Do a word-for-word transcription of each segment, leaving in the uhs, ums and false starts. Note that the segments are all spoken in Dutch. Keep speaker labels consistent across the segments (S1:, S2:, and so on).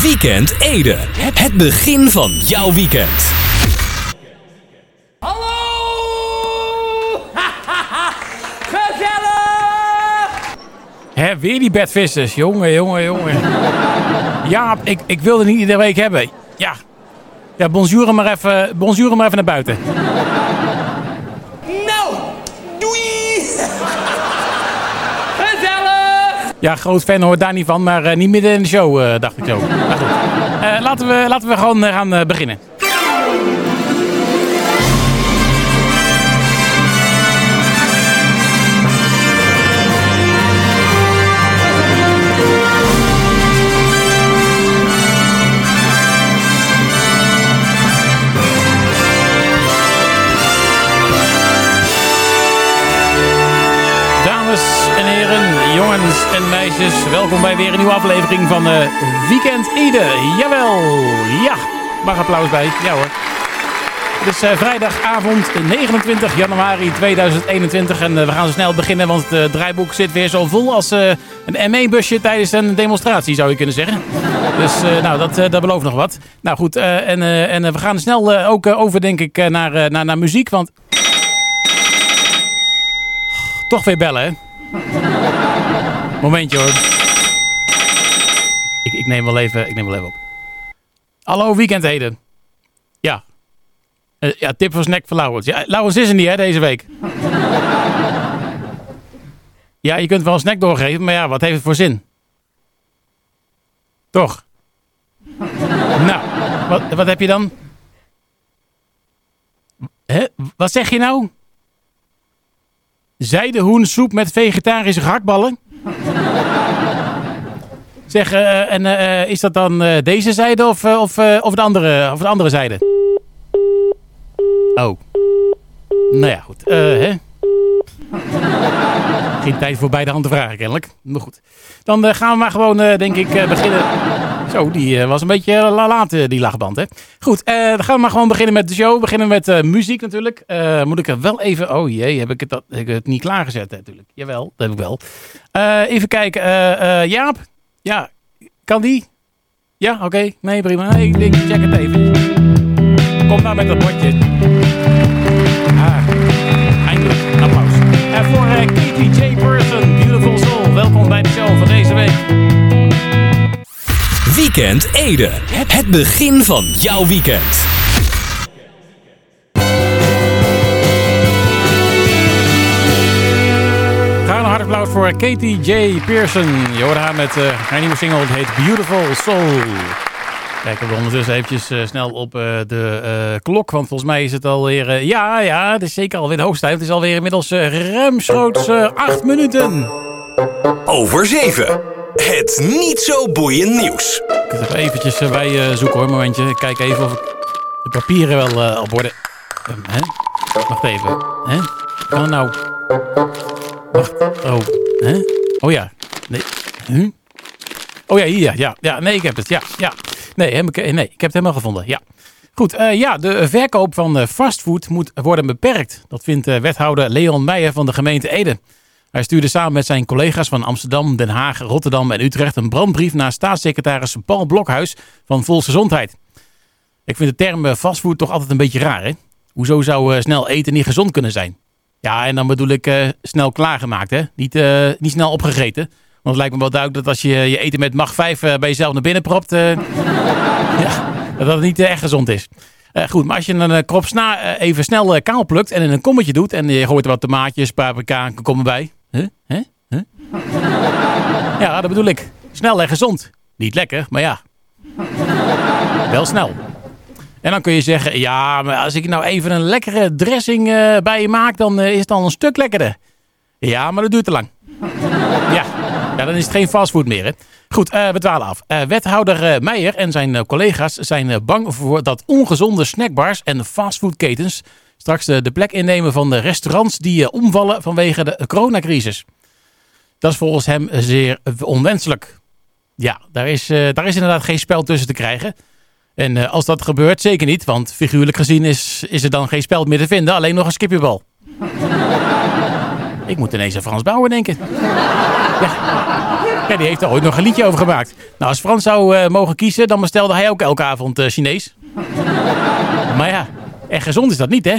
S1: Weekend Ede. Het begin van jouw weekend.
S2: Hallo! Gezellig!
S3: Hè, weer die bedvissers. Jongen, jongen, jongen. Ja, ik, ik wilde niet iedere week hebben. Ja. Ja, bonjour maar even, bonjour maar even naar buiten.
S2: Nou, doei! Gezellig!
S3: Ja, groot fan hoort daar niet van, maar uh, niet midden in de show, uh, dacht ik zo. Maar goed. Uh, laten, we, laten we gewoon uh, gaan uh, beginnen. Dames en heren, jongens en meisjes, welkom bij weer een nieuwe aflevering van uh, Weekend Ede. Jawel, ja, mag applaus bij, ja hoor. Het is uh, vrijdagavond negenentwintig januari tweeduizend eenentwintig en uh, we gaan zo snel beginnen, want het uh, draaiboek zit weer zo vol als uh, een M één-busje tijdens een demonstratie, zou je kunnen zeggen. Dus uh, nou, dat, uh, dat belooft nog wat. Nou goed, uh, en, uh, en uh, we gaan snel uh, ook uh, over, denk ik, uh, naar, uh, naar, naar muziek, want... Toch weer bellen, hè? Momentje, hoor. Ik, ik, neem wel even, ik neem wel even op. Hallo, Weekend Ede. Ja. Uh, ja, tip voor snack voor Laurens. Ja, Laurens is er niet, hè, deze week. Ja, je kunt wel een snack doorgeven, maar ja, wat heeft het voor zin? Toch? Nou, wat, wat heb je dan? Hè? Wat zeg je nou? Zijdehoensoep met vegetarische gehaktballen? Zeg, uh, en uh, is dat dan uh, deze zijde of, uh, of, uh, of, de andere, of de andere zijde? Oh. Nou ja, goed. Uh, hè? Geen tijd voor beide handen te vragen, kennelijk. Maar goed. Dan uh, gaan we maar gewoon, uh, denk ik, uh, beginnen... Zo, die uh, was een beetje uh, laat, uh, die lagband, hè. Goed, uh, dan gaan we maar gewoon beginnen met de show. We beginnen met uh, muziek natuurlijk. Uh, moet ik er wel even... Oh jee, heb ik het, dat, heb ik het niet klaargezet, hè, natuurlijk. Jawel, dat heb ik wel. Uh, even kijken. Uh, uh, Jaap? Ja, kan die? Ja, oké. Okay. Nee, prima. Nee, ik check het even. Kom nou met dat bordje. Ah, eindelijk. Applaus. En voor uh, Katie J. Person, Beautiful Soul. Welkom bij de show van deze week.
S1: Weekend Ede. Het begin van jouw weekend.
S3: Ga een hard applaus voor Katie J. Person. Je hoort haar met uh, haar nieuwe single. Het heet Beautiful Soul. Kijken we ondertussen eventjes uh, snel op uh, de uh, klok. Want volgens mij is het alweer... Uh, ja, ja, het is zeker alweer de hoogste tijd. Het is alweer inmiddels uh, ruimschoots uh, acht minuten.
S1: Over zeven. Het niet zo boeiend nieuws.
S3: Ik moet er eventjes bij uh, zoeken hoor, een momentje. Ik kijk even of ik de papieren wel uh, op orde... Uh, hè? Wacht even. Hè? Oh nou... Wacht. Oh. Hè? Oh ja. Nee. Huh? Oh ja, hier. Ja. Ja. Nee, ik heb het. Ja. Ja. Nee, heb ik, nee, ik heb het helemaal gevonden. Ja. Goed. Uh, ja, de verkoop van uh, fastfood moet worden beperkt. Dat vindt uh, wethouder Leon Meijer van de gemeente Ede. Hij stuurde samen met zijn collega's van Amsterdam, Den Haag, Rotterdam en Utrecht een brandbrief naar staatssecretaris Paul Blokhuis van Volksgezondheid. Ik vind de term fastfood toch altijd een beetje raar, hè? Hoezo zou uh, snel eten niet gezond kunnen zijn? Ja, en dan bedoel ik uh, snel klaargemaakt, hè? Niet, uh, niet snel opgegeten. Want het lijkt me wel duidelijk dat als je je eten met macht vijf uh, bij jezelf naar binnen propt, uh, ja, dat het niet uh, echt gezond is. Uh, goed, maar als je een uh, krop sna uh, even snel uh, kaal plukt en in een kommetje doet en je gooit er wat tomaatjes, paprika en komkommer bij. Huh? Huh? Huh? Ja, dat bedoel ik. Snel en gezond. Niet lekker, maar ja. Wel snel. En dan kun je zeggen, ja, maar als ik nou even een lekkere dressing uh, bij je maak, dan uh, is het dan een stuk lekkerder. Ja, maar dat duurt te lang. Ja, ja dan is het geen fastfood meer, hè. Goed, uh, we dwalen af. Uh, wethouder uh, Meijer en zijn uh, collega's zijn uh, bang voor dat ongezonde snackbars en fastfoodketens straks uh, de plek innemen van de restaurants die uh, omvallen vanwege de coronacrisis. Dat is volgens hem zeer onwenselijk. Ja, daar is, uh, daar is inderdaad geen spel tussen te krijgen. En uh, als dat gebeurt, zeker niet, want figuurlijk gezien is, is er dan geen speld meer te vinden, alleen nog een skipjebal. Ik moet ineens aan Frans Bauer denken. Ja. Ja, die heeft er ooit nog een liedje over gemaakt. Nou, als Frans zou uh, mogen kiezen, dan bestelde hij ook elke avond uh, Chinees. Maar ja, echt gezond is dat niet, hè?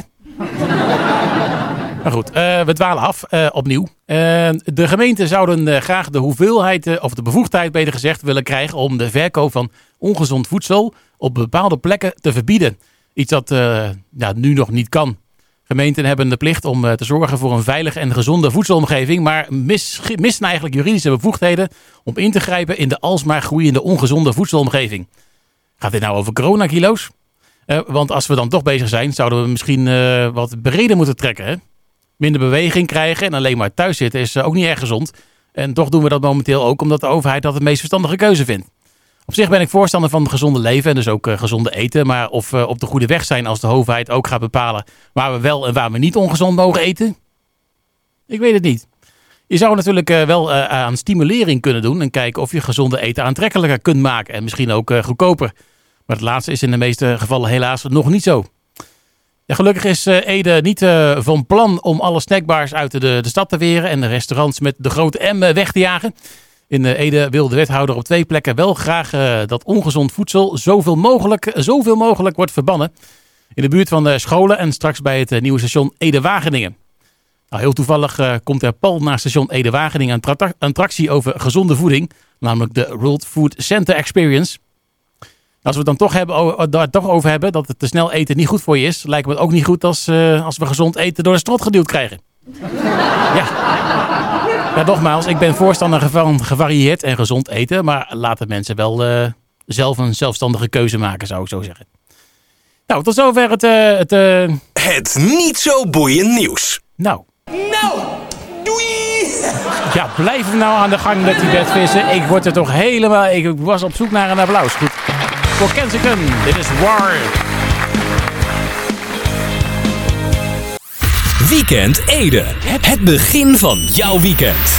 S3: Maar goed, uh, we dwalen af, uh, opnieuw. Uh, de gemeenten zouden uh, graag de hoeveelheid, uh, of de bevoegdheid beter gezegd, willen krijgen om de verkoop van ongezond voedsel op bepaalde plekken te verbieden. Iets dat uh, ja, nu nog niet kan. Gemeenten hebben de plicht om uh, te zorgen voor een veilige en gezonde voedselomgeving, maar mis, missen eigenlijk juridische bevoegdheden om in te grijpen in de alsmaar groeiende ongezonde voedselomgeving. Gaat dit nou over coronakilo's? Uh, want als we dan toch bezig zijn, zouden we misschien uh, wat breder moeten trekken, hè? Minder beweging krijgen en alleen maar thuis zitten is uh, ook niet erg gezond. En toch doen we dat momenteel ook omdat de overheid dat de meest verstandige keuze vindt. Op zich ben ik voorstander van gezonde leven en dus ook uh, gezonde eten. Maar of we op de goede weg zijn als de overheid ook gaat bepalen waar we wel en waar we niet ongezond mogen eten? Ik weet het niet. Je zou natuurlijk uh, wel uh, aan stimulering kunnen doen en kijken of je gezonde eten aantrekkelijker kunt maken. En misschien ook uh, goedkoper. Maar het laatste is in de meeste gevallen helaas nog niet zo. Ja, gelukkig is uh, Ede niet uh, van plan om alle snackbars uit de, de stad te weren en de restaurants met de grote M weg te jagen. In uh, Ede wil de wethouder op twee plekken wel graag uh, dat ongezond voedsel zoveel mogelijk, zoveel mogelijk wordt verbannen. In de buurt van de scholen en straks bij het uh, nieuwe station Ede-Wageningen. Nou, heel toevallig uh, komt er pal naar station Ede-Wageningen een, tra- een attractie over gezonde voeding. Namelijk de World Food Center Experience. Als we het dan toch, hebben, daar toch over hebben dat het te snel eten niet goed voor je is, lijkt me het ook niet goed als, uh, als we gezond eten door de strot geduwd krijgen. Ja. Ja, nogmaals, ik ben voorstander van gevarieerd en gezond eten, maar laten mensen wel uh, zelf een zelfstandige keuze maken, zou ik zo zeggen. Nou, tot zover het... Uh, het, uh...
S1: het niet zo boeiend nieuws.
S3: Nou.
S2: Nou, doei!
S3: Ja, blijf nou aan de gang met die bedvissen. Ik word er toch helemaal... Ik was op zoek naar een applaus. Goed. Voor Kensington, dit is War.
S1: Weekend Ede. Het begin van jouw weekend.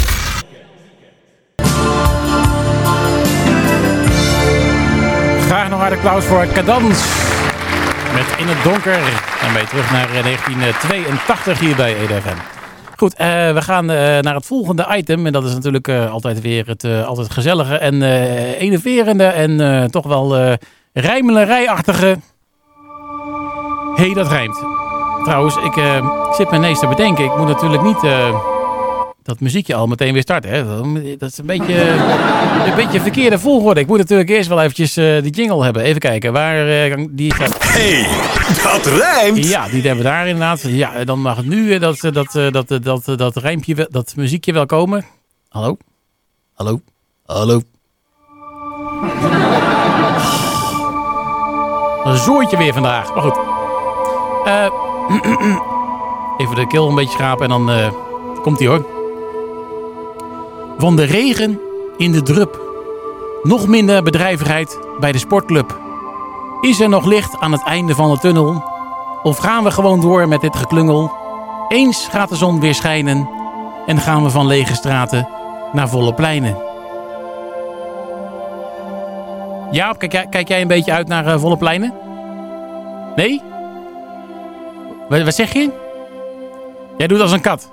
S3: Graag nog een applaus voor Cadans. Met In het Donker. En ben je terug naar negentien tweeëntachtig hier bij Ede F M. Goed, uh, we gaan uh, naar het volgende item. En dat is natuurlijk uh, altijd weer het uh, altijd gezellige en uh, enerverende en uh, toch wel uh, rijmelerij-achtige. Hé, hey, dat rijmt. Trouwens, ik, uh, ik zit me ineens te bedenken. Ik moet natuurlijk niet uh, dat muziekje al meteen weer starten. Hè? Dat is een beetje, uh, een beetje verkeerde volgorde. Ik moet natuurlijk eerst wel eventjes uh, die jingle hebben. Even kijken waar uh, die gaat.
S1: Hé, hey, dat rijmt!
S3: Ja, die hebben we daar inderdaad. Ja, dan mag het nu uh, dat, dat, dat, dat, dat, dat, dat rijmpje, dat muziekje wel komen. Hallo? Hallo? Hallo? Een zooitje weer vandaag. Maar goed. Uh, even de keel een beetje schrapen en dan uh, komt ie hoor. Van de regen in de drup. Nog minder bedrijvigheid bij de sportclub. Is er nog licht aan het einde van de tunnel? Of gaan we gewoon door met dit geklungel? Eens gaat de zon weer schijnen. En gaan we van lege straten naar volle pleinen. Jaap, kijk jij, kijk jij een beetje uit naar uh, volle pleinen? Nee? Wat, wat zeg je? Jij doet als een kat.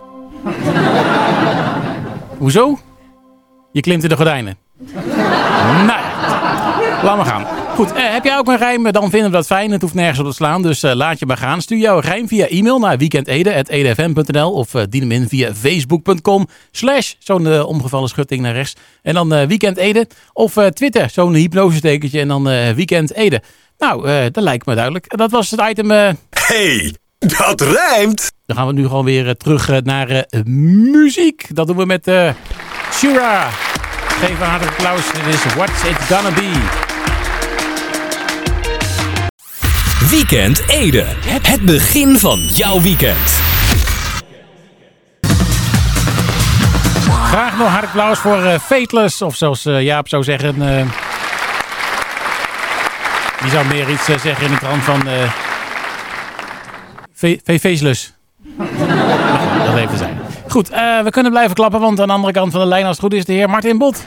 S3: Hoezo? Je klimt in de gordijnen. Nou ja, laat maar gaan. Goed, eh, heb jij ook een rijm? Dan vinden we dat fijn. Het hoeft nergens op te slaan, dus uh, laat je maar gaan. Stuur jouw rijm via e-mail naar weekendede at edefm punt n l of uh, dien hem in via facebook punt com slash zo'n uh, omgevallen schutting naar rechts. En dan uh, weekendede. Of uh, Twitter, zo'n hypnosestekentje en dan uh, weekendede. Nou, uh, dat lijkt me duidelijk. Dat was het item... Uh...
S1: Hey, dat rijmt!
S3: Dan gaan we nu gewoon weer uh, terug uh, naar uh, muziek. Dat doen we met uh, Shura. Geef een hartelijk applaus. Dit is What's It Gonna Be.
S1: Weekend Ede. Het begin van jouw weekend.
S3: Graag nog hartelijk applaus voor uh, Fateless. Of zoals uh, Jaap zou zeggen... Uh, die zou meer iets uh, zeggen in de trant van... Uh, Faceless. Dat even zijn. Goed, uh, we kunnen blijven klappen, want aan de andere kant van de lijn, als het goed is, de heer Martin Bot.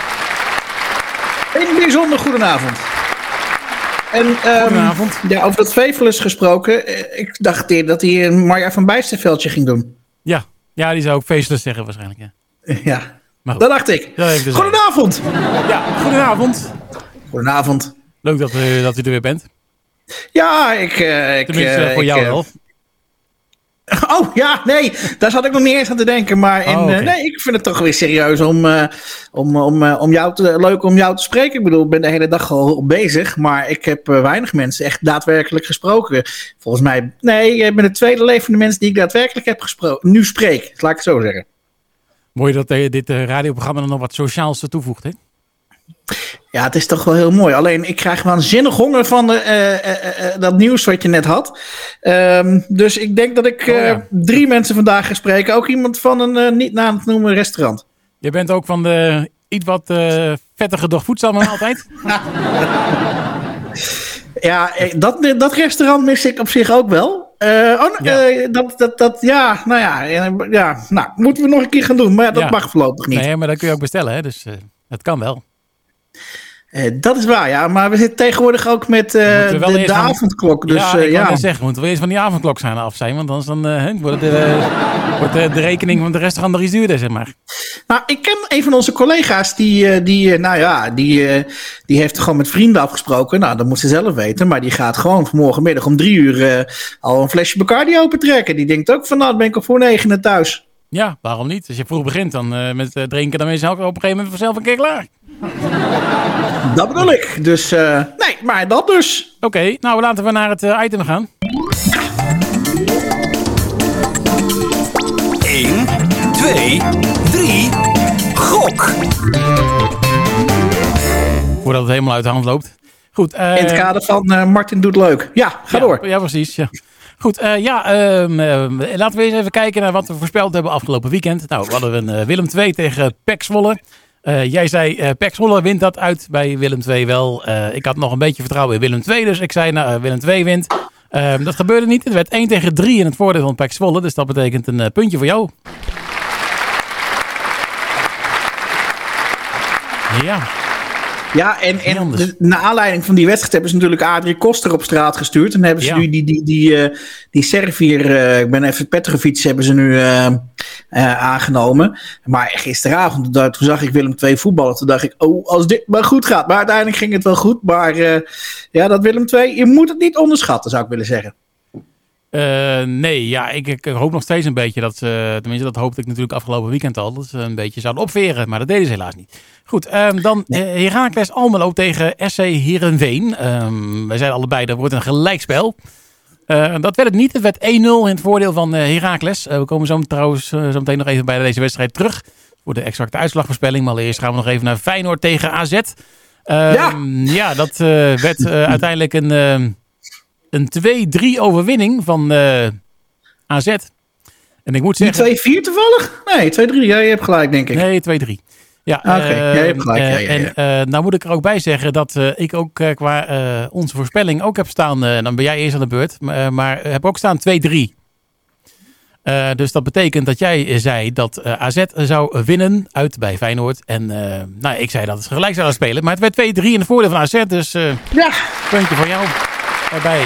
S4: Een bijzonder goedenavond. En, um,
S3: goedenavond.
S4: Ja, over dat Faceless gesproken. Ik dacht eerder dat hij een Marja van Bijsterveldje ging doen.
S3: Ja, ja, die zou ook Faceless zeggen waarschijnlijk. Ja.
S4: Ja,
S3: Maar goed.
S4: Dat dacht ik.
S3: Dat heeft dus
S4: Goedenavond.
S3: Ja, goedenavond.
S4: Goedenavond.
S3: Leuk dat, uh, dat u er weer bent.
S4: Ja, ik... Uh, ik
S3: Tenminste, uh, voor
S4: ik,
S3: jou
S4: uh,
S3: wel.
S4: Oh, ja, nee. Daar zat ik nog niet eens aan te denken. Maar in,
S3: oh, okay.
S4: uh, nee, ik vind het toch weer serieus om, uh, om, om, uh, om jou te, leuk om jou te spreken. Ik bedoel, ik ben de hele dag al bezig. Maar ik heb uh, weinig mensen echt daadwerkelijk gesproken. Volgens mij, nee, je bent de tweede levende mens die ik daadwerkelijk heb gesproken. Nu spreek, laat ik het zo zeggen.
S3: Mooi dat uh, dit uh, radioprogramma er nog wat sociaals toevoegt, hè?
S4: Ja, het is toch wel heel mooi. Alleen, ik krijg waanzinnig honger van de, uh, uh, uh, dat nieuws wat je net had. Um, dus ik denk dat ik uh, oh, ja. drie mensen vandaag ga spreken. Ook iemand van een uh, niet na te noemen restaurant.
S3: Je bent ook van de iets wat uh, vettige doch voedsel dan altijd?
S4: Ja, dat, dat restaurant mis ik op zich ook wel. Uh, oh, ja. Uh, dat, dat, dat, ja, nou ja, ja, nou, moeten we nog een keer gaan doen. Maar ja, dat ja. mag voorlopig niet.
S3: Nee, maar dat kun je ook bestellen, hè? Dus uh, het kan wel.
S4: Uh, dat is waar, ja. Maar we zitten tegenwoordig ook met uh, de, de gaan... avondklok. Dus,
S3: ja, ik
S4: uh, ja.
S3: wil zeggen, we moeten wel eens van die avondklok zijn af zijn. Want anders dan, uh, wordt, de, uh, wordt de, de rekening van het restaurant nog iets duurder, zeg maar.
S4: Nou, ik ken een van onze collega's die, die nou ja, die, die heeft gewoon met vrienden afgesproken. Nou, dat moet ze zelf weten. Maar die gaat gewoon vanmorgenmiddag om drie uur uh, al een flesje Bacardi opentrekken. Die denkt ook van, nou, dan ben ik al voor negenen thuis.
S3: Ja, waarom niet? Als je vroeg begint dan uh, met uh, drinken, dan ben je ook op een gegeven moment vanzelf een keer klaar.
S4: Dat bedoel ik. Dus, uh, nee, maar dat dus.
S3: Oké, okay, nou laten we naar het uh, item gaan.
S1: één, twee, drie, gok.
S3: Voordat het helemaal uit de hand loopt. Goed. Uh,
S4: In het kader van uh, Martin doet leuk. Ja, ga
S3: ja,
S4: door.
S3: Ja, precies. Ja. Goed, uh, ja, uh, uh, laten we eens even kijken naar wat we voorspeld hebben afgelopen weekend. Nou, we hadden een uh, Willem twee tegen P E C Zwolle. Uh, jij zei, uh, P E C Zwolle wint dat uit bij Willem twee wel. Uh, ik had nog een beetje vertrouwen in Willem twee, dus ik zei, nou, uh, Willem twee wint. Uh, dat gebeurde niet. Het werd één tegen drie in het voordeel van P E C Zwolle, dus dat betekent een uh, puntje voor jou. Ja.
S4: Ja, en, en de, naar aanleiding van die wedstrijd hebben ze natuurlijk Adrie Koster op straat gestuurd. En dan hebben ze ja. nu die, die, die, uh, die Servier, uh, ik ben even Petrovic, hebben ze nu uh, uh, aangenomen. Maar gisteravond, toen zag ik Willem twee voetballen. Toen dacht ik, oh, als dit maar goed gaat. Maar uiteindelijk ging het wel goed. Maar uh, ja, dat Willem twee, je moet het niet onderschatten, zou ik willen zeggen.
S3: Uh, nee, ja, ik, ik hoop nog steeds een beetje dat ze, tenminste dat hoopte ik natuurlijk afgelopen weekend al, dat ze een beetje zouden opveren, maar dat deden ze helaas niet. Goed, um, dan uh, Heracles Almelo tegen S C Heerenveen. Um, wij zeiden allebei, dat wordt een gelijkspel. Uh, dat werd het niet, het werd één nul in het voordeel van uh, Heracles. Uh, we komen zo trouwens uh, zo meteen nog even bij deze wedstrijd terug voor de exacte uitslagvoorspelling, maar eerst gaan we nog even naar Feyenoord tegen A Z. Uh, ja. ja, dat uh, werd uh, uiteindelijk een... Uh, Een twee drie overwinning van uh, A Z. En ik moet zeggen...
S4: twee vier toevallig? Nee, twee drie. Ja, je hebt gelijk, denk ik.
S3: Nee, twee drie. Ja,
S4: Oké, okay. uh, ja, je hebt gelijk. Uh, ja, ja, ja.
S3: En uh, nou moet ik er ook bij zeggen dat uh, ik ook uh, qua uh, onze voorspelling ook heb staan... Uh, dan ben jij eerst aan de beurt. Uh, maar heb ook staan twee drie. Uh, dus dat betekent dat jij zei dat uh, A Z zou winnen uit bij Feyenoord. En uh, nou, ik zei dat het gelijk zou spelen. Maar het werd twee drie in het voordeel van A Z. Dus uh,
S4: ja.
S3: Puntje voor jou erbij.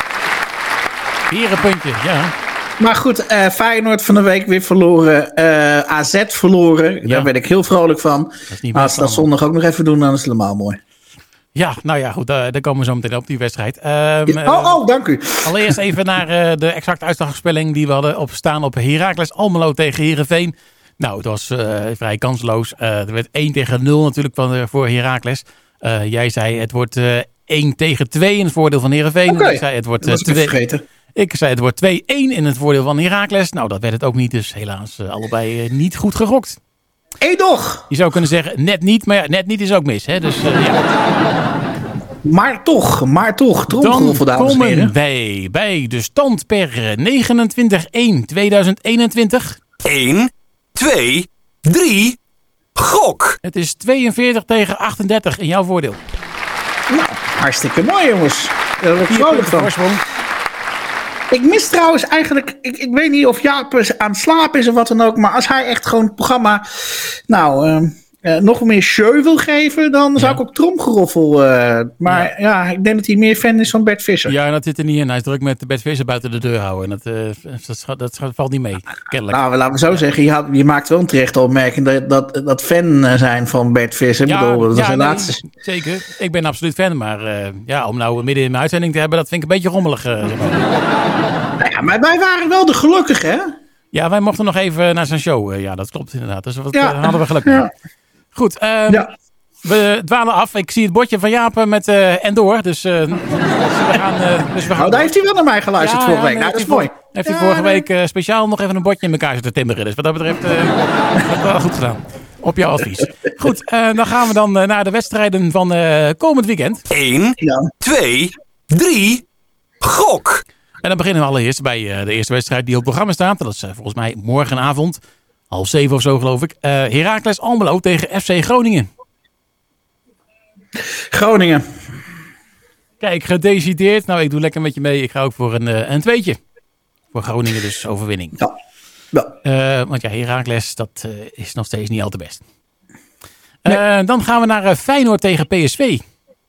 S3: Hier een puntje, ja.
S4: Maar goed, uh, Feyenoord van de week weer verloren. Uh, A Z verloren. Ja. Daar ben ik heel vrolijk van. Maar als ze dat zondag ook nog even doen, dan is het helemaal mooi.
S3: Ja, nou ja, goed. Uh, daar komen we zo meteen op, die wedstrijd. Um,
S4: ja. Oh, oh, dank u.
S3: Allereerst even naar uh, de exacte uitslagvoorspelling die we hadden opstaan op Heracles Almelo tegen Heerenveen. Nou, het was uh, vrij kansloos. Uh, er werd één tegen nul natuurlijk van, uh, voor Heracles. Uh, jij zei het wordt uh, één tegen twee in het voordeel van Heerenveen.
S4: Okay.
S3: Ik zei het wordt
S4: uh, twee... vergeten.
S3: Ik zei het wordt twee één in het voordeel van Heracles. Nou, dat werd het ook niet. Dus helaas uh, allebei uh, niet goed gegokt.
S4: Eén toch?
S3: Je zou kunnen zeggen net niet. Maar ja, net niet is ook mis. Hè? Dus, uh, ja.
S4: Maar toch, maar toch.
S3: Dan komen wij bij de stand per negenentwintig één tweeduizend eenentwintig.
S1: één, twee, drie, gok.
S3: Het is tweeënveertig tegen achtendertig in jouw voordeel.
S4: Nou, hartstikke mooi jongens. Daar word ik vrolijk van.
S3: Voorsprong.
S4: Ik mis trouwens eigenlijk, ik, ik weet niet of Jaap aan het slapen is of wat dan ook, maar als hij echt gewoon het programma, nou, uh, uh, nog meer show wil geven, dan zou
S3: ja.
S4: ik ook tromgeroffel. Uh, maar ja. ja, ik denk dat hij meer fan is van Bert Visser.
S3: Ja, dat zit er niet in. Hij is druk met Bert Visser buiten de deur houden. En dat, uh, dat, dat, dat valt niet mee, kennelijk.
S4: Nou, laten we zo zeggen. Je, had, je maakt wel een terechte opmerking dat, dat, dat fan zijn van Bert Visser.
S3: Ja,
S4: bedoel, dat
S3: ja,
S4: is de
S3: nee,
S4: laatste.
S3: Zeker. Ik ben absoluut fan. Maar uh, ja, om nou midden in mijn uitzending te hebben, dat vind ik een beetje rommelig. Uh, zeg maar.
S4: Nou ja, maar wij waren wel de gelukkige, hè?
S3: Ja, wij mochten nog even naar zijn show. Uh, ja, dat klopt inderdaad. Dus wat ja. uh, hadden we geluk mee.
S4: Ja.
S3: Goed, uh, ja. we dwalen af. Ik zie het bordje van Jaap met uh, en door. Dus, uh, dus we gaan... Uh, dus we gaan
S4: oh, daar heeft hij wel naar mij geluisterd
S3: ja,
S4: vorige
S3: ja,
S4: week.
S3: nee,
S4: nou, dat is
S3: voor,
S4: mooi.
S3: Heeft hij
S4: ja,
S3: vorige
S4: nee.
S3: week uh, speciaal nog even een bordje in elkaar zitten timmeren. Dus wat dat betreft uh, is dat wel goed gedaan. Op jouw advies. Goed, uh, dan gaan we dan uh, naar de wedstrijden van uh, komend weekend.
S1: één, twee, drie, gok!
S3: En dan beginnen we allereerst bij uh, de eerste wedstrijd die op het programma staat. Dat is uh, volgens mij morgenavond, half zeven of zo geloof ik. Uh, Heracles Almelo tegen F C Groningen.
S4: Groningen.
S3: Kijk, gedecideerd. Nou, ik doe lekker met je mee. Ik ga ook voor een, uh, een tweetje. Voor Groningen dus overwinning.
S4: Ja. Ja.
S3: Uh, want ja, Heracles, dat uh, is nog steeds niet al te best. Uh, nee. Dan gaan we naar uh, Feyenoord tegen P S V.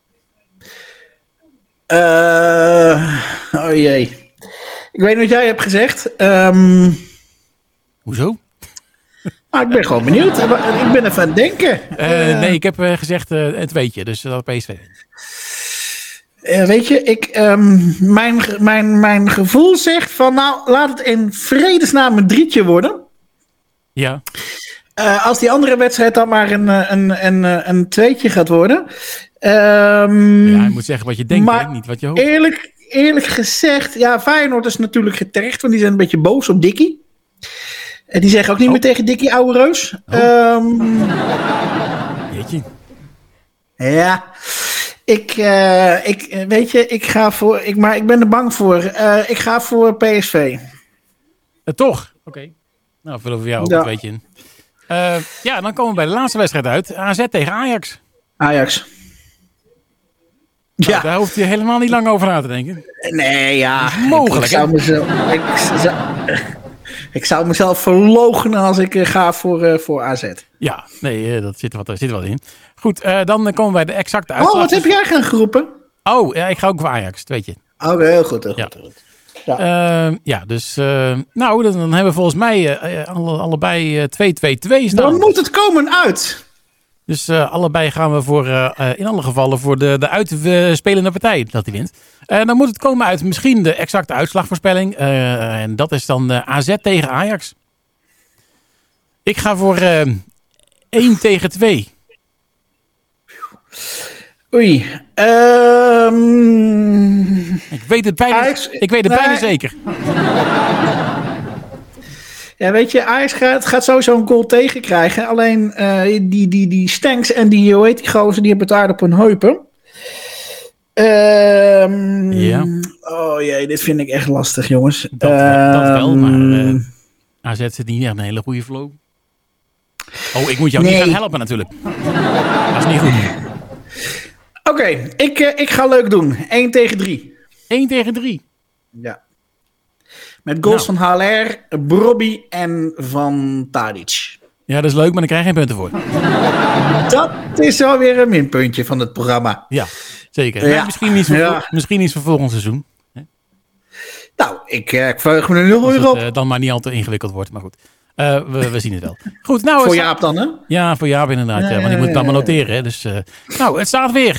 S4: Uh, oh jee. Ik weet niet wat jij hebt gezegd. Um,
S3: Hoezo?
S4: Nou, ik ben gewoon benieuwd. Ik ben even aan het denken.
S3: Uh, uh, nee, ik heb uh, gezegd uh, het weetje. Dus dat P S V.
S4: Uh, weet je, ik, um, mijn, mijn, mijn gevoel zegt van nou, laat het in vredesnaam een drietje worden.
S3: Ja.
S4: Uh, als die andere wedstrijd dan maar een, een, een, een tweetje gaat worden. Um,
S3: ja, je moet zeggen wat je denkt, hè? Niet wat je hoopt.
S4: Eerlijk, eerlijk gezegd, ja, Feyenoord is natuurlijk getergd, want die zijn een beetje boos op Dikkie. En die zeggen ook niet oh. meer tegen Dikkie, ouwe reus. Oh. Um,
S3: Jeetje.
S4: Ja. Ik, uh, ik, weet je, ik ga voor, ik, maar ik ben er bang voor. Uh, ik ga voor P S V.
S3: Uh, toch? Oké. Okay. Nou, vullen we voor jou ook ja. een beetje in. Uh, ja, dan komen we bij de laatste wedstrijd uit. A Z tegen Ajax.
S4: Ajax.
S3: Nou,
S4: ja.
S3: Daar hoeft je helemaal niet lang over na te denken.
S4: Nee, ja.
S3: Mogelijk,
S4: ik, ik, zou mezelf, ik, zou, ik zou mezelf verloochenen als ik uh, ga voor, uh, voor A Z.
S3: Ja, nee, dat zit er wat, zit wat in. Goed, uh, dan komen we bij de exacte uitslag.
S4: Oh, wat heb jij gaan geroepen?
S3: Oh, ja, ik ga ook voor Ajax, weet je.
S4: Oké, okay, heel goed. Heel
S3: ja.
S4: goed.
S3: Ja, uh, ja dus uh, nou, dan, dan hebben we volgens mij uh, alle, allebei twee twee twee staan.
S4: Dan moet het komen uit.
S3: Dus uh, allebei gaan we voor, uh, uh, in alle gevallen voor de, de uitspelende partij dat hij wint. En uh, dan moet het komen uit misschien de exacte uitslagvoorspelling. Uh, en dat is dan uh, A Z tegen Ajax. Ik ga voor uh, één tegen twee.
S4: Oei. Um,
S3: ik weet het bijna, Ajax, ik weet het nee. bijna zeker.
S4: Ja, weet je, Ajax gaat, gaat sowieso een goal tegenkrijgen. Alleen uh, die, die, die Stanks en die, hoe heet die gozer, die hebben het aardig op hun heupen. Um,
S3: ja.
S4: Oh jee, dit vind ik echt lastig, jongens.
S3: Dat, um, dat wel, maar uh, A Z zit niet echt een hele goede flow. Oh, ik moet jou nee. niet gaan helpen natuurlijk. Dat is niet goed.
S4: Oké, okay, ik, uh, ik ga leuk doen. één tegen drie.
S3: één tegen drie?
S4: Ja. Met goals nou. van Haller, Brobby en van Tadic.
S3: Ja, dat is leuk, maar dan krijg je geen punten voor.
S4: Dat is wel weer een minpuntje van het programma.
S3: Ja, zeker. Ja. Ja, misschien, iets voor, ja. misschien iets voor volgend seizoen.
S4: Nou, ik, uh, ik verheug me er heel erg op.
S3: Als het uh, dan maar niet al te ingewikkeld wordt, maar goed. Uh, we, we zien het wel. Goed, nou,
S4: voor Jaap dan, hè?
S3: Ja, voor Jaap inderdaad. Ja, ja, want die moet het allemaal noteren. Hè, dus, uh, nou, het staat weer.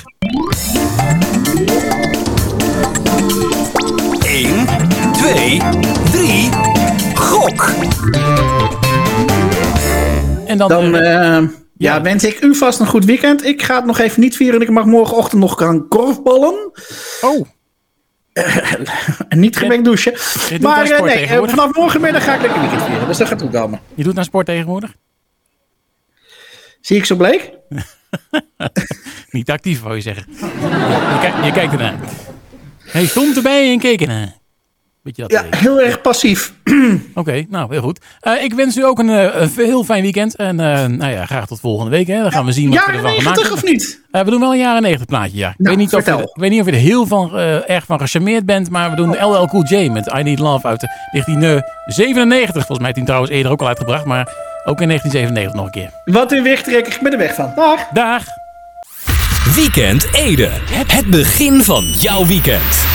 S1: één, twee, drie, gok!
S3: En dan,
S4: dan uh, ja, ja, wens ik u vast een goed weekend. Ik ga het nog even niet vieren. Ik mag morgenochtend nog gaan korfballen.
S3: Oh.
S4: Uh, niet gemengd douchen. Maar uh, nee, uh, vanaf morgenmiddag ga ik lekker weekend vieren. Dus dat gaat goed komen.
S3: Je doet naar sport tegenwoordig?
S4: Zie ik zo bleek?
S3: Niet actief, wou je zeggen. Je, je, kijkt, je kijkt ernaar. Hij stond erbij en keek ernaar. Weet je dat?
S4: Ja, even? Heel erg passief.
S3: Oké, okay, nou, heel goed. Uh, ik wens u ook een, uh, een heel fijn weekend. En uh, nou ja, graag tot volgende week. Hè. Dan gaan we zien wat we ervan gemaakt hebben.
S4: Jaren negentig of niet?
S3: Uh, we doen wel een jaren negentig plaatje, ja.
S4: Nou,
S3: ik, weet niet of je, ik weet niet of je er heel van, uh, erg van gecharmeerd bent. Maar we doen de L L Cool J met I Need Love uit negentien zevenennegentig. Volgens mij heeft hij trouwens eerder ook al uitgebracht. Maar Ook in negentien zevenennegentig nog een keer.
S4: Wat een wegtrek, ik ben er weg van. Dag.
S3: Dag.
S1: Weekend Ede. Het begin van jouw weekend.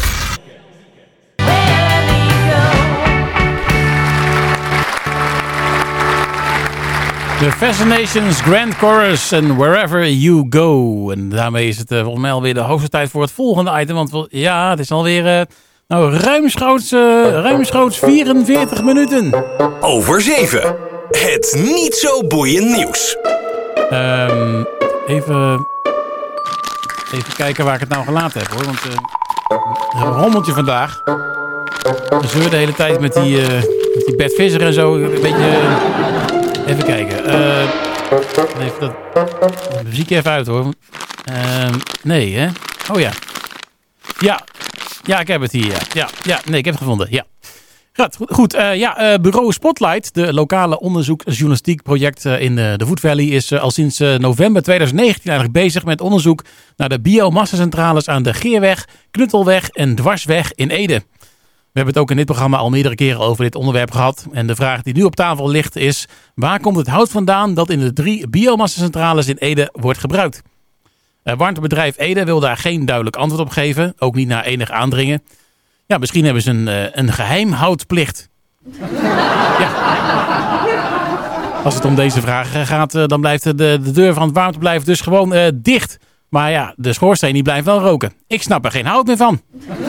S3: The Fascinations Grand Chorus en Wherever You Go. En daarmee is het uh, volgens mij alweer de hoogste tijd voor het volgende item. Want ja, het is alweer uh, nou, ruimschoots, uh, ruimschoots vierenveertig minuten.
S1: Over zeven. Het niet zo boeiend nieuws.
S3: Um, even, even kijken waar ik het nou gelaten heb, hoor. Want uh, een rommeltje vandaag. We zeuren de hele tijd met die, uh, met die Bert Visser en zo. Een beetje... Uh, even kijken. Uh, even dat de muziek even uit, hoor. Uh, nee, hè? Oh ja. Ja. Ja, ik heb het hier. Ja, ja, ja. Nee, ik heb het gevonden. Ja. Goed, goed uh, ja, uh, bureau Spotlight, de lokale onderzoeksjournalistiek project uh, in uh, de Food Valley, is uh, al sinds uh, november twintig negentien eigenlijk bezig met onderzoek naar de biomassacentrales aan de Geerweg, Knuttelweg en Dwarsweg in Ede. We hebben het ook in dit programma al meerdere keren over dit onderwerp gehad. En de vraag die nu op tafel ligt is, waar komt het hout vandaan dat in de drie biomassacentrales in Ede wordt gebruikt? Uh, warmtebedrijf Ede wil daar geen duidelijk antwoord op geven, ook niet naar enig aandringen. Ja, misschien hebben ze een, uh, een geheimhoudplicht. Ja. Als het om deze vraag gaat, uh, dan blijft de, de deur van het warmtebedrijf dus gewoon uh, dicht. Maar ja, de schoorsteen die blijft wel roken. Ik snap er geen hout meer van.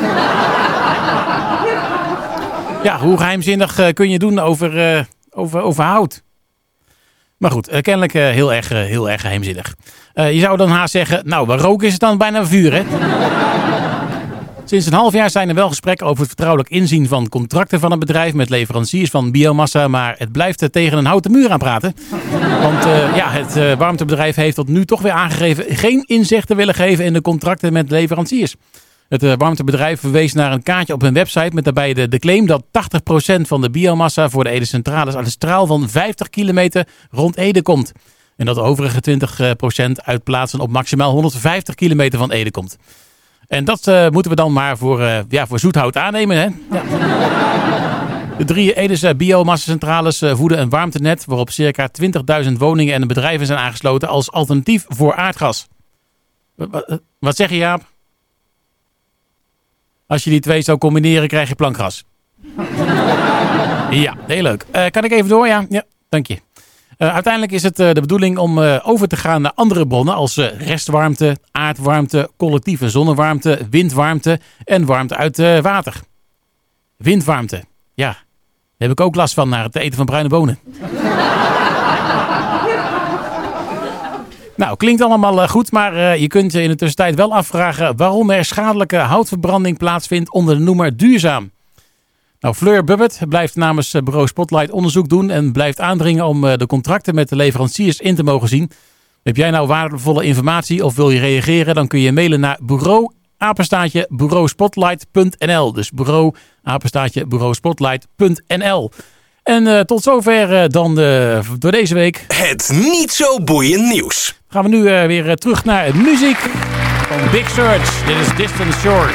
S3: Ja, hoe geheimzinnig uh, kun je doen over, uh, over, over hout? Maar goed, uh, kennelijk uh, heel, erg, uh, heel erg geheimzinnig. Uh, je zou dan haast zeggen, nou, waar roken is het dan bijna vuur, hè? Sinds een half jaar zijn er wel gesprekken over het vertrouwelijk inzien van contracten van het bedrijf met leveranciers van biomassa, maar het blijft tegen een houten muur aan praten. Want uh, ja, het uh, warmtebedrijf heeft tot nu toch weer aangegeven geen inzicht te willen geven in de contracten met leveranciers. Het uh, warmtebedrijf verwees naar een kaartje op hun website met daarbij de, de claim dat tachtig procent van de biomassa voor de Ede centrales uit een straal van vijftig kilometer rond Ede komt. En dat de overige twintig procent uit plaatsen op maximaal honderdvijftig kilometer van Ede komt. En dat uh, moeten we dan maar voor, uh, ja, voor zoethout aannemen, hè? Ja. De drie Edese biomassacentrales uh, voeden een warmtenet waarop circa twintigduizend woningen en bedrijven zijn aangesloten als alternatief voor aardgas. Wat, wat zeg je, Jaap? Als je die twee zou combineren, krijg je plankgas. Ja, heel leuk. Uh, kan ik even door? Ja, ja, dank je. Uh, uiteindelijk is het uh, de bedoeling om uh, over te gaan naar andere bronnen als uh, restwarmte, aardwarmte, collectieve zonnewarmte, windwarmte en warmte uit uh, water. Windwarmte, ja. Daar heb ik ook last van na het eten van bruine bonen. Nou, klinkt allemaal uh, goed, maar uh, je kunt je in de tussentijd wel afvragen waarom er schadelijke houtverbranding plaatsvindt onder de noemer duurzaam. Nou, Fleur Bubbert blijft namens bureau Spotlight onderzoek doen en blijft aandringen om de contracten met de leveranciers in te mogen zien. Heb jij nou waardevolle informatie of wil je reageren, dan kun je mailen naar bureau apenstaartje bureauspotlight punt n l. Dus bureau apenstaartje bureauspotlight punt n l. En uh, tot zover uh, dan uh, door deze week.
S1: Het niet zo boeiend nieuws.
S3: Gaan we nu uh, weer uh, terug naar muziek van Big Search. Dit is Distant Shore.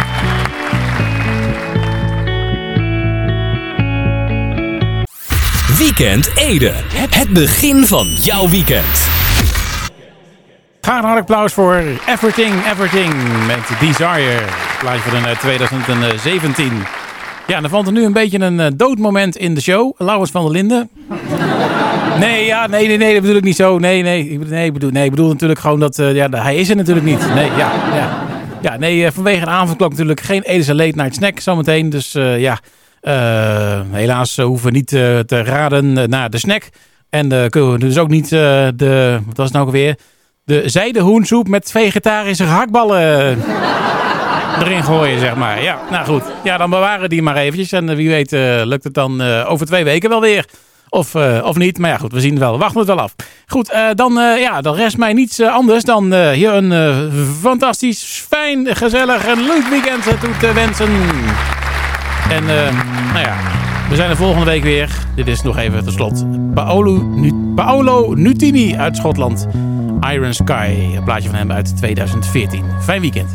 S1: Weekend Ede. Het begin van jouw weekend.
S3: Graag een hard applaus voor Everything, Everything met Desire. Plaatje van uh, twintig zeventien. Ja, dan valt er nu een beetje een uh, doodmoment in de show. Laurens van der Linden. Nee, ja, nee, nee, nee, dat bedoel ik niet zo. Nee, nee, ik bedoel, nee, ik bedoel, nee, ik bedoel natuurlijk gewoon dat, uh, ja, hij is er natuurlijk niet. Nee, ja, ja. Ja, nee, uh, vanwege een avondklok natuurlijk geen Edese late night snack zometeen. Dus uh, ja... Uh, helaas uh, hoeven we niet uh, te raden uh, naar de snack. En uh, kunnen we dus ook niet uh, de, wat was het nou alweer? De zijdehoensoep met vegetarische gehaktballen uh, erin gooien, zeg maar. Ja, nou goed. Ja, dan bewaren we die maar eventjes. En uh, wie weet uh, lukt het dan uh, over twee weken wel weer. Of, uh, of niet. Maar ja, goed, we zien het wel. We wachten het wel af. Goed, uh, dan, uh, ja, dan rest mij niets uh, anders dan uh, hier een uh, fantastisch, fijn, gezellig en leuk weekend toe te wensen. En uh, nou ja, we zijn er volgende week weer. Dit is nog even tot slot Paolo, nu, Paolo Nutini uit Schotland. Iron Sky, een plaatje van hem uit twintig veertien. Fijn weekend.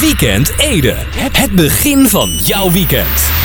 S1: Weekend Ede. Het begin van jouw weekend.